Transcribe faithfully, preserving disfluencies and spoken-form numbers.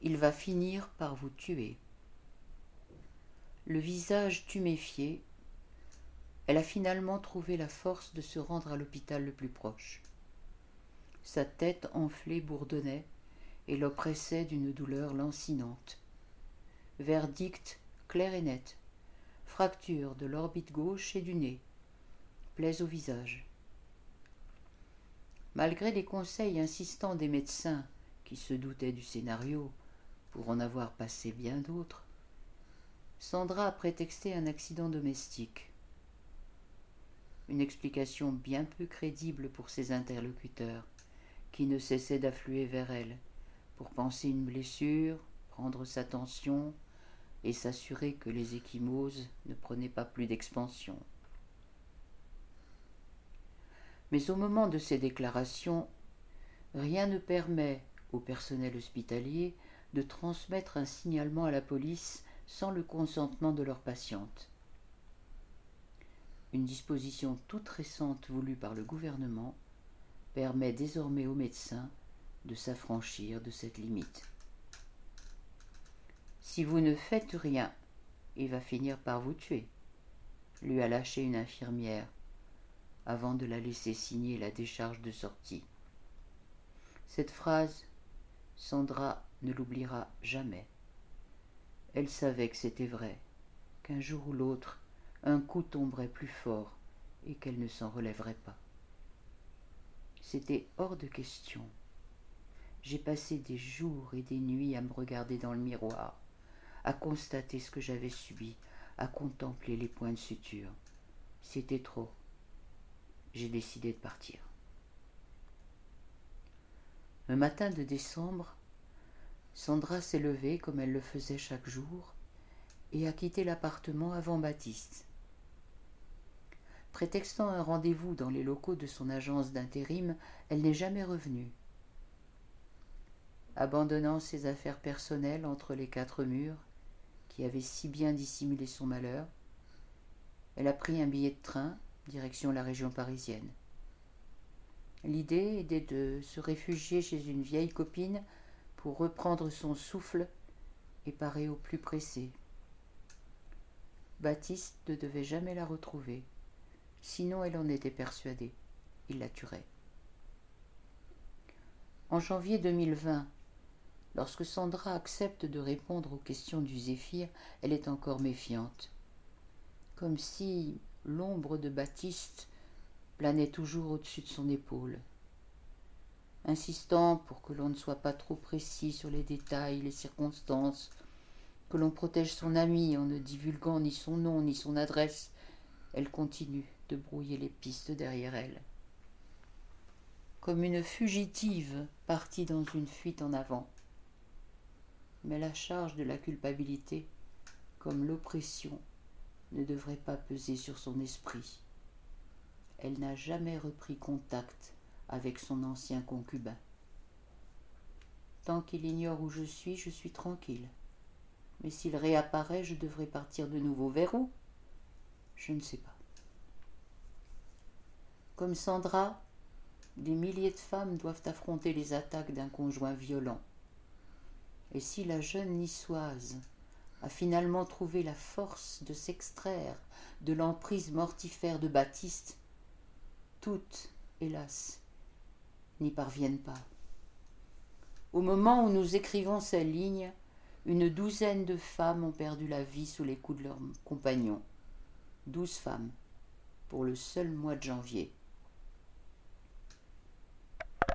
il va finir par vous tuer. Le visage tuméfié, elle a finalement trouvé la force de se rendre à l'hôpital le plus proche. Sa tête enflée bourdonnait et l'oppressait d'une douleur lancinante. Verdict clair et net. Fracture de l'orbite gauche et du nez. Plaie au visage. Malgré les conseils insistants des médecins qui se doutaient du scénario pour en avoir passé bien d'autres, Sandra a prétexté un accident domestique. Une explication bien peu crédible pour ses interlocuteurs, qui ne cessaient d'affluer vers elle pour panser une blessure, prendre sa tension et s'assurer que les ecchymoses ne prenaient pas plus d'expansion. Mais au moment de ces déclarations, rien ne permet au personnel hospitalier de transmettre un signalement à la police sans le consentement de leur patiente. Une disposition toute récente voulue par le gouvernement permet désormais aux médecins de s'affranchir de cette limite. Si vous ne faites rien, il va finir par vous tuer, lui a lâché une infirmière avant de la laisser signer la décharge de sortie. Cette phrase, Sandra ne l'oubliera jamais. Elle savait que c'était vrai, qu'un jour ou l'autre, un coup tomberait plus fort et qu'elle ne s'en relèverait pas. C'était hors de question. J'ai passé des jours et des nuits à me regarder dans le miroir, à constater ce que j'avais subi, à contempler les points de suture. C'était trop. J'ai décidé de partir. Un matin de décembre, Sandra s'est levée comme elle le faisait chaque jour et a quitté l'appartement avant Baptiste. Prétextant un rendez-vous dans les locaux de son agence d'intérim, elle n'est jamais revenue. Abandonnant ses affaires personnelles entre les quatre murs, qui avaient si bien dissimulé son malheur, elle a pris un billet de train, direction la région parisienne. L'idée était de se réfugier chez une vieille copine pour reprendre son souffle et parer au plus pressé. Baptiste ne devait jamais la retrouver, sinon elle en était persuadée, il la tuerait. En janvier deux mille vingt, lorsque Sandra accepte de répondre aux questions du Zéphyr, elle est encore méfiante, comme si l'ombre de Baptiste planait toujours au-dessus de son épaule. Insistant pour que l'on ne soit pas trop précis sur les détails, les circonstances, que l'on protège son ami en ne divulguant ni son nom ni son adresse, elle continue de brouiller les pistes derrière elle. Comme une fugitive partie dans une fuite en avant. Mais la charge de la culpabilité, comme l'oppression, ne devrait pas peser sur son esprit. Elle n'a jamais repris contact avec son ancien concubin. Tant qu'il ignore où je suis, je suis tranquille. Mais s'il réapparaît, je devrais partir de nouveau. Vers où ? Je ne sais pas. Comme Sandra, des milliers de femmes doivent affronter les attaques d'un conjoint violent. Et si la jeune niçoise a finalement trouvé la force de s'extraire de l'emprise mortifère de Baptiste, toutes, hélas, n'y parviennent pas. Au moment où nous écrivons ces lignes, une douzaine de femmes ont perdu la vie sous les coups de leurs compagnons. Douze femmes, pour le seul mois de janvier.